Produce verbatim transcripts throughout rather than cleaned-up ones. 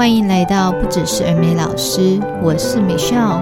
欢迎来到不只是儿美老师，我是 Michelle。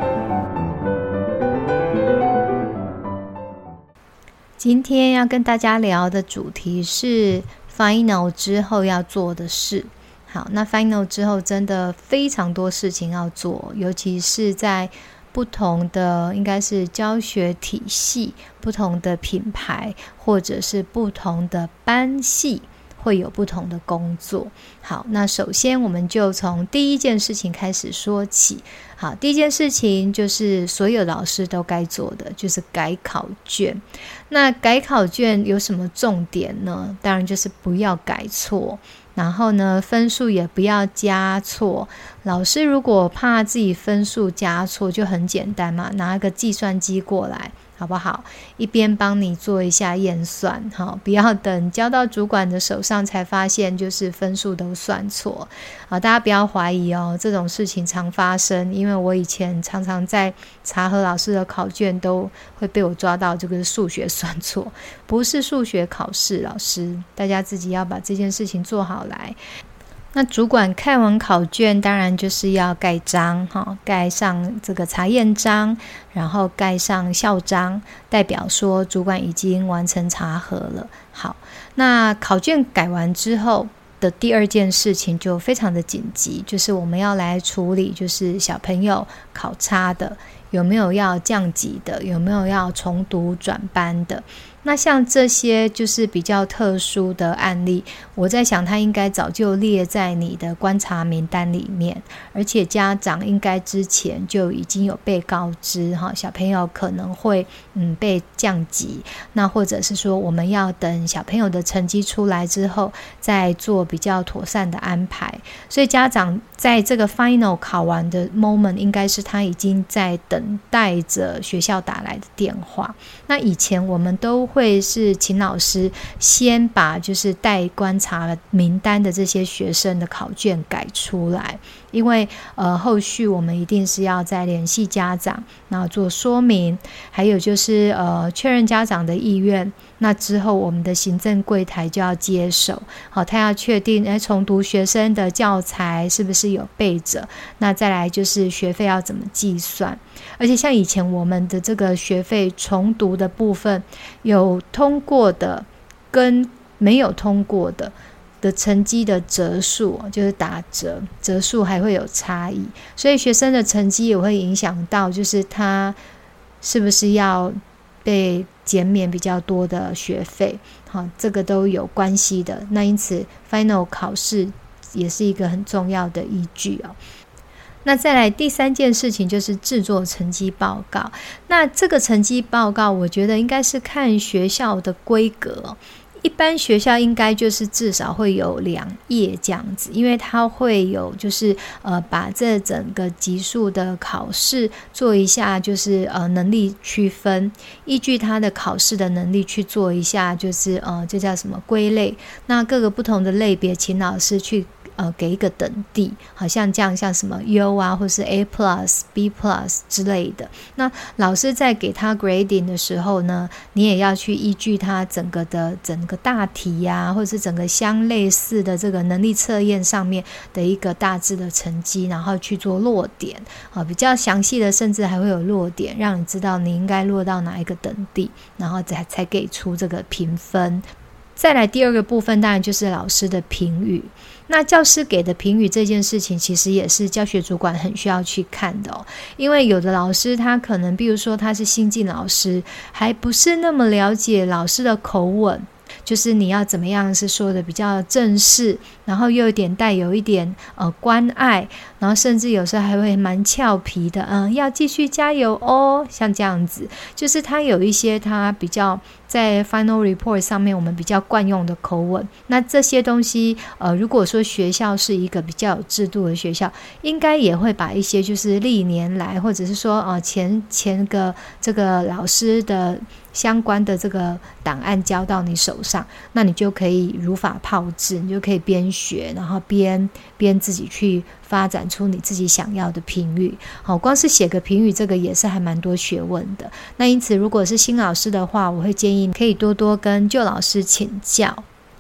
今天要跟大家聊的主题是 Final 之后要做的事。好，那 Final 之后真的非常多事情要做，尤其是在不同的应该是教学体系、不同的品牌或者是不同的班系会有不同的工作。好，那首先我们就从第一件事情开始说起。好，第一件事情就是所有老师都该做的，就是改考卷。那改考卷有什么重点呢？当然就是不要改错，然后呢分数也不要加错。老师如果怕自己分数加错，就很简单嘛，拿个计算机过来好不好？一边帮你做一下验算，好，不要等交到主管的手上才发现就是分数都算错。好，大家不要怀疑哦，这种事情常发生，因为我以前常常在查核老师的考卷都会被我抓到这个数学算错，不是数学考试，老师大家自己要把这件事情做好来。那主管看完考卷当然就是要盖章，盖上这个查验章，然后盖上校章，代表说主管已经完成查核了。好，那考卷改完之后的第二件事情就非常的紧急，就是我们要来处理就是小朋友考差的，有没有要降级的，有没有要重读转班的。那像这些就是比较特殊的案例，我在想他应该早就列在你的观察名单里面，而且家长应该之前就已经有被告知小朋友可能会嗯被降级，那或者是说我们要等小朋友的成绩出来之后再做比较妥善的安排。所以家长在这个 final 考完的 moment 应该是他已经在等待着学校打来的电话。那以前我们都会是请老师先把就是待观察名单的这些学生的考卷改出来，因为呃后续我们一定是要再联系家长，然后做说明，还有就是呃确认家长的意愿。那之后我们的行政柜台就要接手，好，他要确定哎重读学生的教材是不是有备着，那再来就是学费要怎么计算。而且像以前我们的这个学费重读的部分，有通过的跟没有通过的的成绩的折数就是打折，折数还会有差异，所以学生的成绩也会影响到就是他是不是要被减免比较多的学费，好，这个都有关系的。那因此 final 考试也是一个很重要的依据哦。那再来第三件事情就是制作成绩报告。那这个成绩报告我觉得应该是看学校的规格，一般学校应该就是至少会有两页这样子，因为它会有就是呃把这整个级数的考试做一下就是呃能力区分，依据它的考试的能力去做一下就是呃这叫什么归类，那各个不同的类别请老师去呃，给一个等地，好像这样像什么 U 啊，或是 A plus、B plus 之类的。那老师在给他 grading 的时候呢，你也要去依据他整个的整个大题啊，或是整个相类似的这个能力测验上面的一个大致的成绩，然后去做落点，啊，比较详细的，甚至还会有落点，让你知道你应该落到哪一个等地，然后才才给出这个评分。再来第二个部分当然就是老师的评语。那教师给的评语这件事情其实也是教学主管很需要去看的哦，因为有的老师他可能比如说他是新进老师，还不是那么了解老师的口吻，就是你要怎么样是说的比较正式，然后又有点带有一点呃关爱，然后甚至有时候还会蛮俏皮的，嗯，要继续加油哦，像这样子，就是他有一些他比较在 final report 上面我们比较惯用的口吻。那这些东西呃，如果说学校是一个比较有制度的学校，应该也会把一些就是历年来或者是说呃前前个这个老师的相关的这个档案交到你手上，那你就可以如法炮制，你就可以边学然后边边自己去发展出你自己想要的评语。好，光是写个评语这个也是还蛮多学问的。那因此如果是新老师的话，我会建议可以多多跟旧老师请教。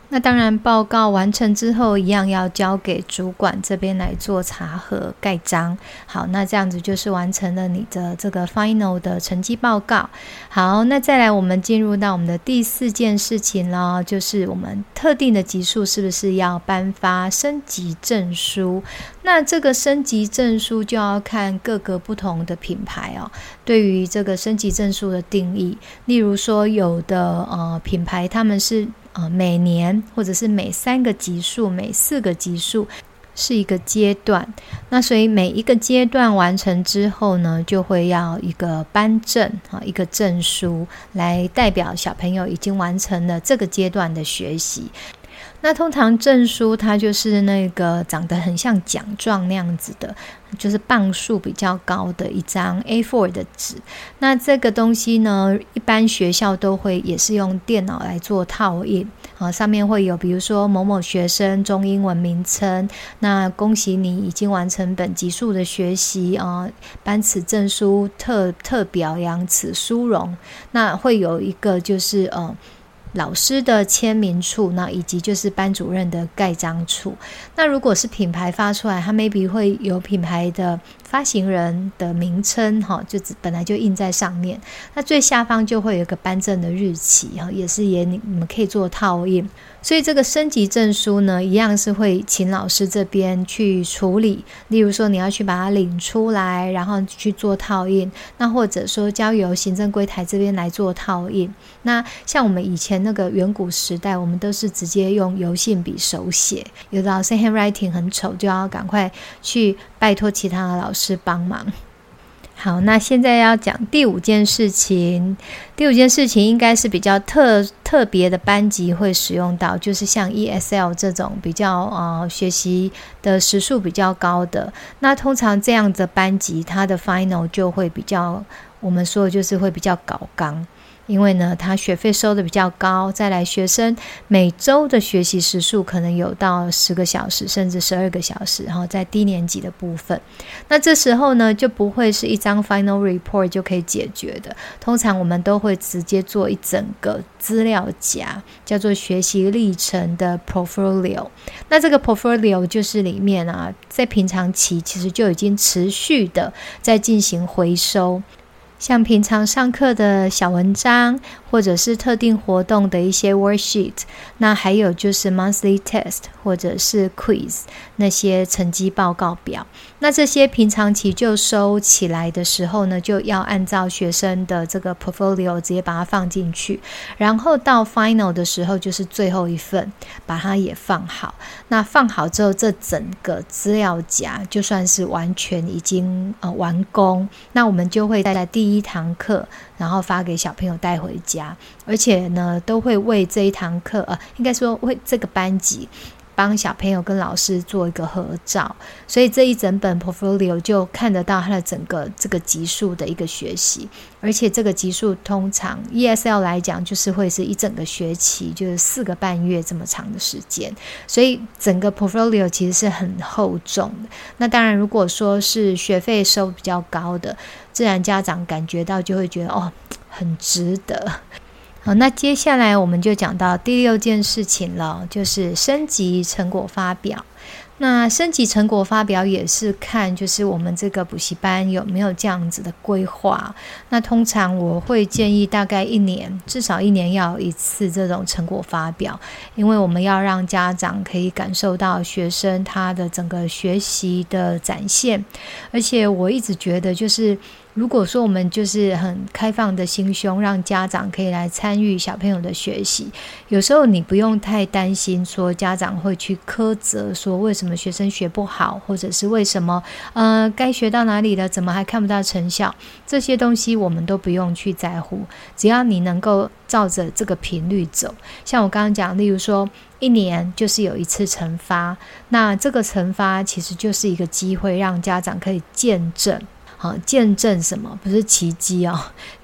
那当然报告完成之后一样要交给主管这边来做查核盖章。好，那这样子就是完成了你的这个 final 的成绩报告。好，那再来我们进入到我们的第四件事情了，就是我们特定的级数是不是要颁发升级证书。那这个升级证书就要看各个不同的品牌哦，对于这个升级证书的定义。例如说有的呃品牌他们是呃每年或者是每三个级数每四个级数是一个阶段，那所以每一个阶段完成之后呢，就会要一个颁证一个证书来代表小朋友已经完成了这个阶段的学习。那通常证书它就是那个长得很像奖状那样子的，就是磅数比较高的一张 A 四 的纸。那这个东西呢，一般学校都会也是用电脑来做套印啊，上面会有比如说某某学生中英文名称，那恭喜你已经完成本级数的学习啊，颁此证书，特特表扬此殊荣。那会有一个就是呃老师的签名处，那以及就是班主任的盖章处。那如果是品牌发出来，它 maybe 会有品牌的发行人的名称，就本来就印在上面，那最下方就会有一个颁证的日期，也是也你们可以做套印。所以这个升级证书呢，一样是会请老师这边去处理，例如说你要去把它领出来，然后去做套印，那或者说交由行政柜台这边来做套印。那像我们以前那个远古时代，我们都是直接用油性笔手写，有的老师 handwriting 很丑，就要赶快去拜托其他的老师帮忙。好，那现在要讲第五件事情。第五件事情应该是比较特特别的班级会使用到，就是像 E S L 这种比较呃学习的时数比较高的。那通常这样的班级，它的 final 就会比较，我们说的就是会比较搞纲。因为呢，他学费收的比较高，再来学生每周的学习时数可能有到十个小时，甚至十二个小时，然后在低年级的部分，那这时候呢，就不会是一张 final report 就可以解决的。通常我们都会直接做一整个资料夹，叫做学习历程的 portfolio。那这个 portfolio 就是里面啊，在平常期其实就已经持续的在进行回收。像平常上课的小文章，或者是特定活动的一些 worksheet， 那还有就是 monthly test 或者是 quiz 那些成绩报告表。那这些平常期就收起来的时候呢，就要按照学生的这个 portfolio 直接把它放进去，然后到 final 的时候就是最后一份把它也放好。那放好之后，这整个资料夹就算是完全已经、呃、完工，那我们就会在第一堂课然后发给小朋友带回家，而且呢都会为这一堂课呃，应该说为这个班级帮小朋友跟老师做一个合照，所以这一整本 portfolio 就看得到他的整个这个级数的一个学习。而且这个级数通常 E S L 来讲就是会是一整个学期，就是四个半月这么长的时间，所以整个 portfolio 其实是很厚重的。那当然如果说是学费收比较高的，自然家长感觉到就会觉得哦很值得。好，那接下来我们就讲到第六件事情了，就是升级成果发表。那升级成果发表也是看就是我们这个补习班有没有这样子的规划。那通常我会建议大概一年至少一年要有一次这种成果发表，因为我们要让家长可以感受到学生他的整个学习的展现。而且我一直觉得就是如果说我们就是很开放的心胸，让家长可以来参与小朋友的学习，有时候你不用太担心说家长会去苛责说为什么学生学不好，或者是为什么呃该学到哪里了怎么还看不到成效，这些东西我们都不用去在乎，只要你能够照着这个频率走。像我刚刚讲，例如说一年就是有一次惩罚，那这个惩罚其实就是一个机会让家长可以见证好，见证什么？不是奇迹哦，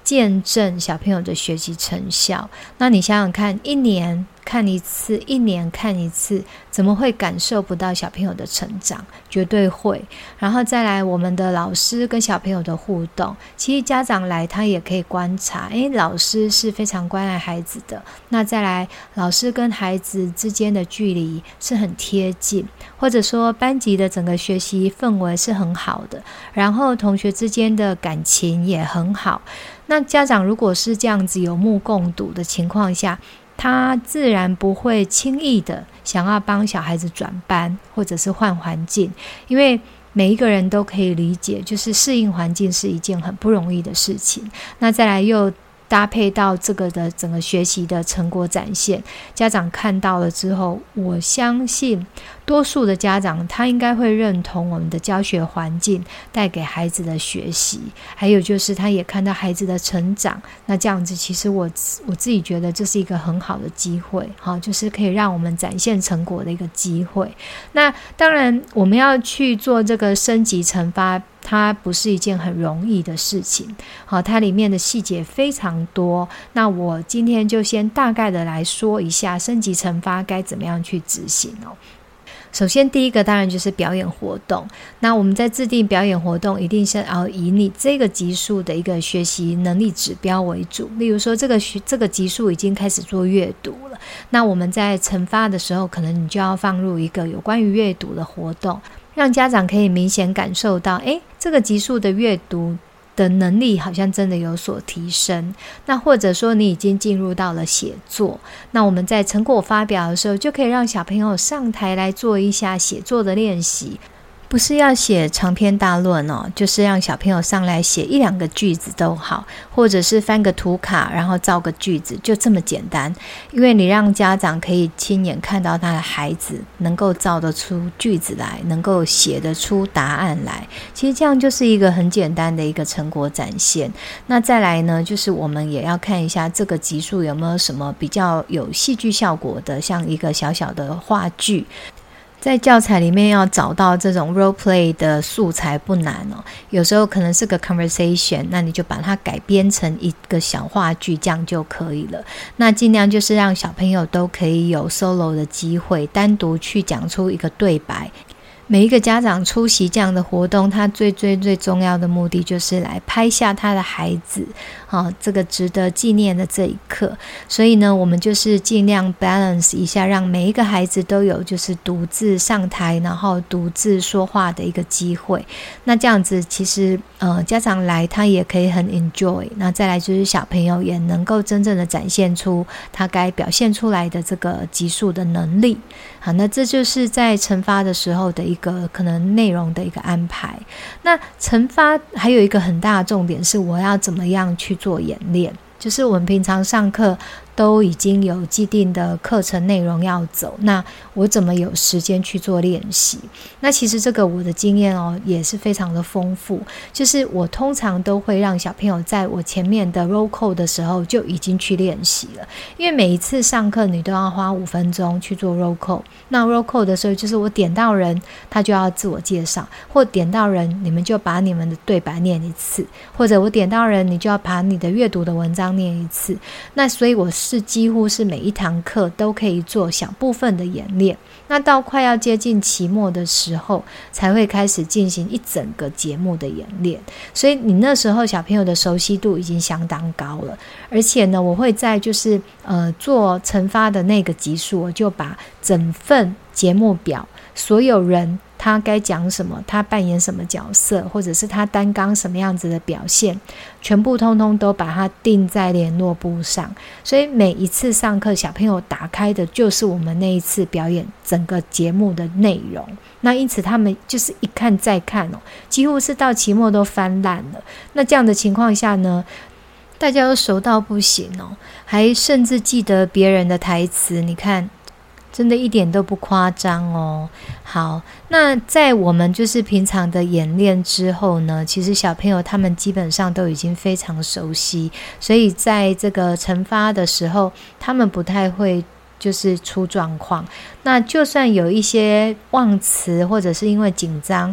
见证小朋友的学习成效。那你想想看，一年看一次，一年看一次，怎么会感受不到小朋友的成长？绝对会。然后再来我们的老师跟小朋友的互动，其实家长来他也可以观察，诶，老师是非常关爱孩子的，那再来老师跟孩子之间的距离是很贴近，或者说班级的整个学习氛围是很好的，然后同学之间的感情也很好。那家长如果是这样子有目共睹的情况下，他自然不会轻易的想要帮小孩子转班或者是换环境，因为每一个人都可以理解，就是适应环境是一件很不容易的事情。那再来又搭配到这个的整个学习的成果展现，家长看到了之后，我相信多数的家长他应该会认同我们的教学环境带给孩子的学习，还有就是他也看到孩子的成长。那这样子其实我我自己觉得这是一个很好的机会，好，就是可以让我们展现成果的一个机会。那当然我们要去做这个升级惩罚，它不是一件很容易的事情，好，它里面的细节非常多。那我今天就先大概的来说一下升级惩罚该怎么样去执行哦。首先第一个当然就是表演活动，那我们在制定表演活动一定是要以你这个级数的一个学习能力指标为主，例如说这个这个级数已经开始做阅读了，那我们在惩罚的时候可能你就要放入一个有关于阅读的活动，让家长可以明显感受到，诶，这个级数的阅读的能力好像真的有所提升。那或者说你已经进入到了写作，那我们在成果发表的时候就可以让小朋友上台来做一下写作的练习，不是要写长篇大论哦，就是让小朋友上来写一两个句子都好，或者是翻个图卡然后造个句子，就这么简单。因为你让家长可以亲眼看到他的孩子能够造得出句子来，能够写得出答案来，其实这样就是一个很简单的一个成果展现。那再来呢，就是我们也要看一下这个集数有没有什么比较有戏剧效果的，像一个小小的话剧。在教材里面要找到这种 role play 的素材不难哦，有时候可能是个 conversation， 那你就把它改编成一个小话剧，这样就可以了。那尽量就是让小朋友都可以有 solo 的机会，单独去讲出一个对白。每一个家长出席这样的活动，他最最最重要的目的就是来拍下他的孩子，哦，这个值得纪念的这一刻。所以呢，我们就是尽量 balance 一下，让每一个孩子都有就是独自上台，然后独自说话的一个机会。那这样子其实呃家长来他也可以很 enjoy， 那再来就是小朋友也能够真正的展现出他该表现出来的这个级数的能力。好，那这就是在惩罚的时候的一个可能内容的一个安排。那惩罚还有一个很大的重点是我要怎么样去做演练，就是我们平常上课都已经有既定的课程内容要走，那我怎么有时间去做练习？那其实这个我的经验哦也是非常的丰富，就是我通常都会让小朋友在我前面的 roll call 的时候就已经去练习了，因为每一次上课你都要花五分钟去做 roll call， 那 roll call 的时候就是我点到人他就要自我介绍，或点到人你们就把你们的对白念一次，或者我点到人你就要把你的阅读的文章念一次。那所以我是几乎是每一堂课都可以做小部分的演练，那到快要接近期末的时候才会开始进行一整个节目的演练，所以你那时候小朋友的熟悉度已经相当高了。而且呢，我会在就是呃做惩罚的那个集数，我就把整份节目表所有人他该讲什么，他扮演什么角色，或者是他担纲什么样子的表现，全部通通都把它定在联络簿上。所以每一次上课小朋友打开的就是我们那一次表演整个节目的内容，那因此他们就是一看再看哦，几乎是到期末都翻烂了。那这样的情况下呢，大家都熟到不行哦，还甚至记得别人的台词，你看真的一点都不夸张哦。好，那在我们就是平常的演练之后呢，其实小朋友他们基本上都已经非常熟悉，所以在这个惩罚的时候他们不太会就是出状况。那就算有一些忘词或者是因为紧张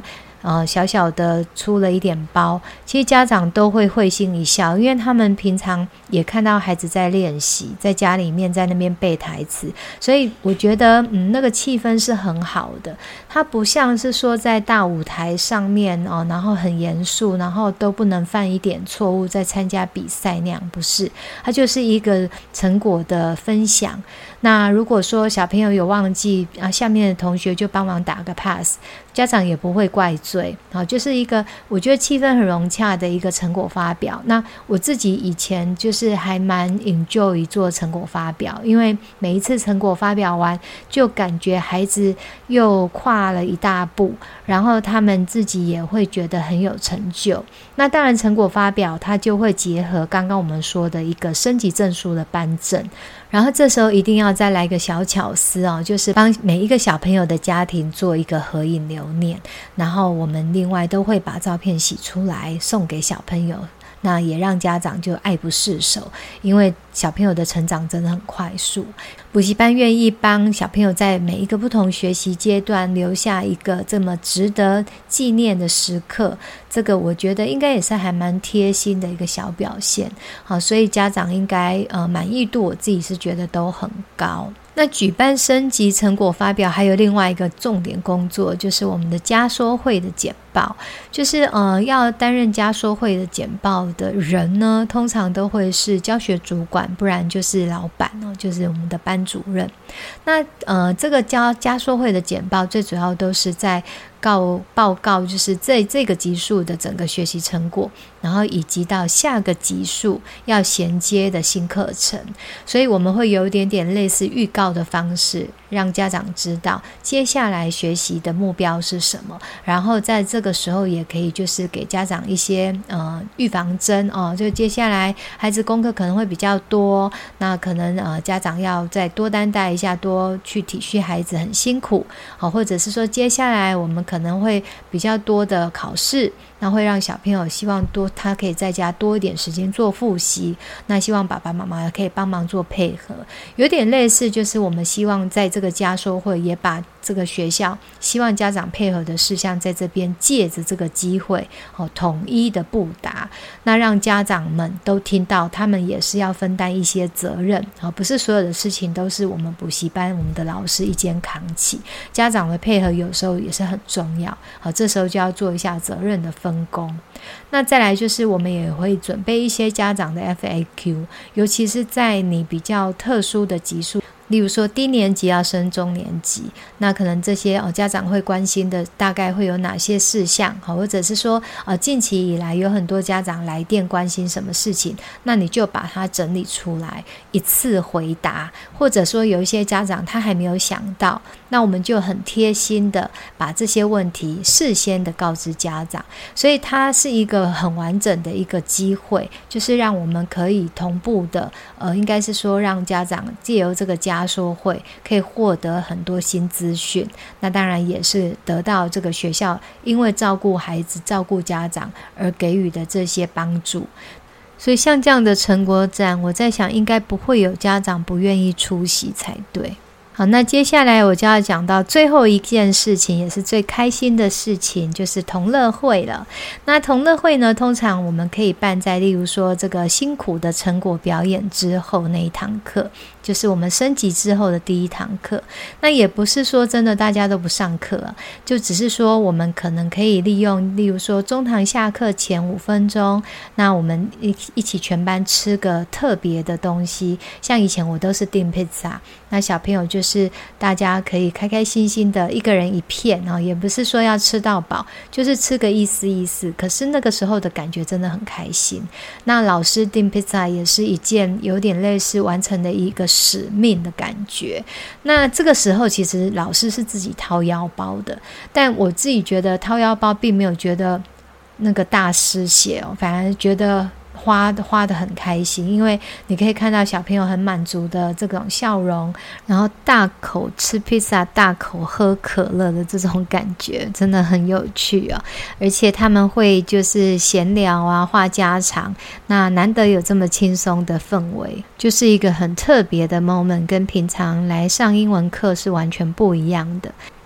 呃小小的出了一点包，其实家长都会会心一笑，因为他们平常也看到孩子在练习，在家里面在那边背台词，所以我觉得嗯那个气氛是很好的。它不像是说在大舞台上面哦，然后很严肃，然后都不能犯一点错误在参加比赛那样，不是，它就是一个成果的分享。那如果说小朋友有忘记啊，下面的同学就帮忙打个 pass， 家长也不会怪罪，好，就是一个我觉得气氛很融洽的一个成果发表。那我自己以前就是还蛮 enjoy 做成果发表，因为每一次成果发表完，就感觉孩子又跨了一大步，然后他们自己也会觉得很有成就。那当然成果发表它就会结合刚刚我们说的一个升级证书的颁证，然后这时候一定要再来一个小巧思哦，就是帮每一个小朋友的家庭做一个合影留念，然后我们另外都会把照片洗出来送给小朋友，那也让家长就爱不释手，因为小朋友的成长真的很快速。补习班愿意帮小朋友在每一个不同学习阶段留下一个这么值得纪念的时刻，这个我觉得应该也是还蛮贴心的一个小表现。好，所以家长应该呃满意度我自己是觉得都很高。那举办升级成果发表还有另外一个重点工作，就是我们的家说会的简报。就是呃要担任家说会的简报的人呢，通常都会是教学主管，不然就是老板哦，就是我们的班主任。那呃这个家家说会的简报最主要都是在告报告就是这这个集数的整个学习成果，然后以及到下个集数要衔接的新课程，所以我们会有一点点类似预告的方式，让家长知道接下来学习的目标是什么，然后在这个时候也可以就是给家长一些呃预防针哦，就接下来孩子功课可能会比较多，那可能呃家长要再多担待一下，多去体恤孩子很辛苦，好，或者是说接下来我们可能会比较多的考试，那会让小朋友希望多他可以在家多一点时间做复习，那希望爸爸妈妈可以帮忙做配合，有点类似就是我们希望在这个家说会也把这个学校希望家长配合的事项在这边借着这个机会、哦、统一的布达，那让家长们都听到他们也是要分担一些责任、哦、不是所有的事情都是我们补习班我们的老师一肩扛起，家长的配合有时候也是很重要、哦、这时候就要做一下责任的分工。那再来就是我们也会准备一些家长的 F A Q， 尤其是在你比较特殊的级数，例如说低年级要升中年级，那可能这些、哦、家长会关心的大概会有哪些事项、哦、或者是说、呃、近期以来有很多家长来电关心什么事情，那你就把它整理出来一次回答，或者说有一些家长他还没有想到，那我们就很贴心的把这些问题事先的告知家长，所以它是一个很完整的一个机会，就是让我们可以同步的呃，应该是说让家长借由这个家说会可以获得很多新资讯，那当然也是得到这个学校因为照顾孩子照顾家长而给予的这些帮助。所以像这样的成果展，我在想应该不会有家长不愿意出席才对。好，那接下来我就要讲到最后一件事情，也是最开心的事情，就是同乐会了。那同乐会呢，通常我们可以办在例如说这个辛苦的成果表演之后那一堂课，就是我们升级之后的第一堂课。那也不是说真的大家都不上课、啊、就只是说我们可能可以利用例如说中堂下课前五分钟，那我们 一, 一起全班吃个特别的东西，像以前我都是订披萨，那小朋友就是大家可以开开心心的一个人一片、哦、也不是说要吃到饱，就是吃个意思意思，可是那个时候的感觉真的很开心。那老师订披萨也是一件有点类似完成的一个使命的感觉。那这个时候其实老师是自己掏腰包的，但我自己觉得掏腰包并没有觉得那个大失血哦，反而觉得花花得很开心，因为你可以看到小朋友很满足的这种笑容，然后大口吃披萨大口喝可乐的这种感觉真的很有趣啊！而且他们会就是闲聊啊话家常，那难得有这么轻松的氛围，就是一个很特别的 moment， 跟平常来上英文课是完全不一样的。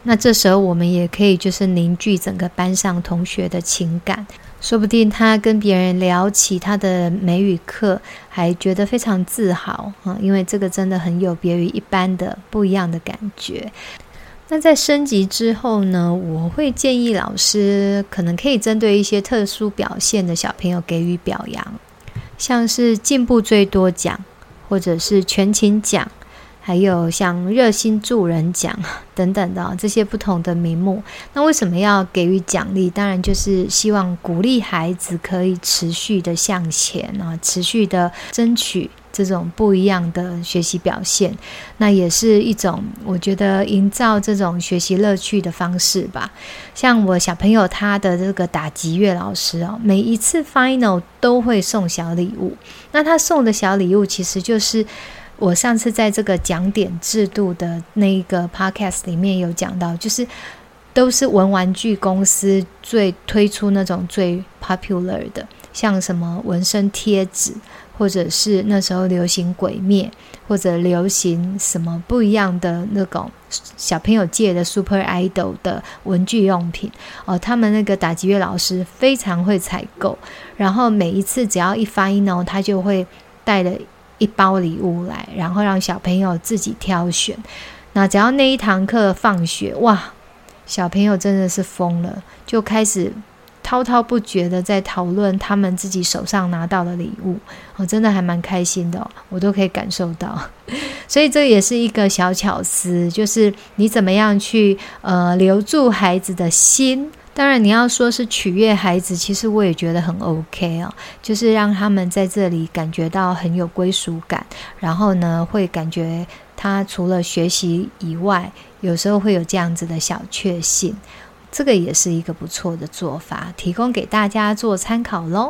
那这时候我们也可以就是凝聚整个班上同学的情感，说不定他跟别人聊起他的美语课还觉得非常自豪、嗯、因为这个真的很有别于一般的不一样的感觉。那在升级之后呢，我会建议老师可能可以针对一些特殊表现的小朋友给予表扬，像是进步最多奖，或者是全勤奖，还有像热心助人奖等等的、哦、这些不同的名目。那为什么要给予奖励？当然就是希望鼓励孩子可以持续的向前、啊、持续的争取这种不一样的学习表现，那也是一种我觉得营造这种学习乐趣的方式吧。像我小朋友他的这个打击乐老师哦，每一次 final 都会送小礼物。那他送的小礼物其实就是我上次在这个讲点制度的那个 podcast 里面有讲到，就是都是文玩具公司最推出那种最 popular 的，像什么纹身贴纸，或者是那时候流行鬼灭，或者流行什么不一样的那种小朋友界的 super idol 的文具用品哦，他们那个打击乐老师非常会采购，然后每一次只要一 final 他就会带了一包礼物来，然后让小朋友自己挑选。那只要那一堂课放学，哇，小朋友真的是疯了，就开始滔滔不绝的在讨论他们自己手上拿到的礼物、哦、真的还蛮开心的、哦、我都可以感受到。所以这也是一个小巧思，就是你怎么样去呃留住孩子的心。当然你要说是取悦孩子，其实我也觉得很 OK 哦，就是让他们在这里感觉到很有归属感，然后呢会感觉他除了学习以外，有时候会有这样子的小确幸，这个也是一个不错的做法，提供给大家做参考咯。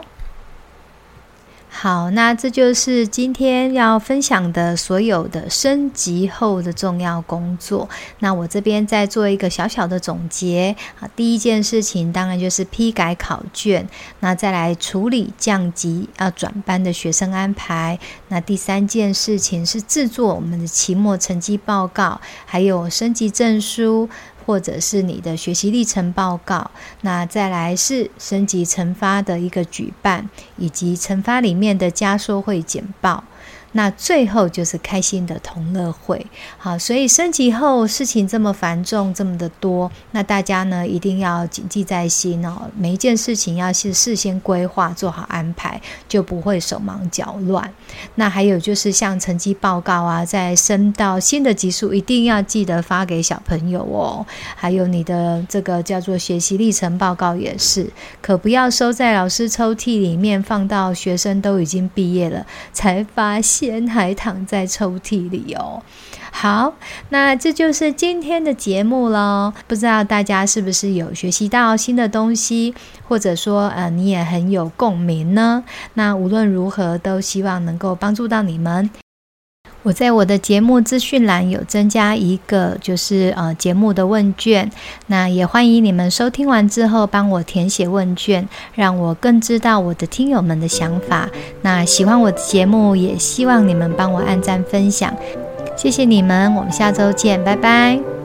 好，那这就是今天要分享的所有的升级后的重要工作。那我这边再做一个小小的总结。第一件事情当然就是批改考卷，那再来处理降级要转班的学生安排。那第三件事情是制作我们的期末成绩报告，还有升级证书，或者是你的学习历程报告。那再来是升级成发的一个举办，以及成发里面的家说会简报。那最后就是开心的同乐会。好，所以升级后事情这么繁重，这么的多，那大家呢一定要谨记在心哦。每一件事情要是事先规划，做好安排，就不会手忙脚乱。那还有就是像成绩报告啊，在升到新的级数，一定要记得发给小朋友哦。还有你的这个叫做学习历程报告也是，可不要收在老师抽屉里面，放到学生都已经毕业了才发现还躺在抽屉里哦。好，那这就是今天的节目咯。不知道大家是不是有学习到新的东西，或者说呃你也很有共鸣呢？那无论如何都希望能够帮助到你们。我在我的节目资讯栏有增加一个就是呃节目的问卷，那也欢迎你们收听完之后帮我填写问卷，让我更知道我的听友们的想法。那喜欢我的节目，也希望你们帮我按赞分享，谢谢你们，我们下周见，拜拜。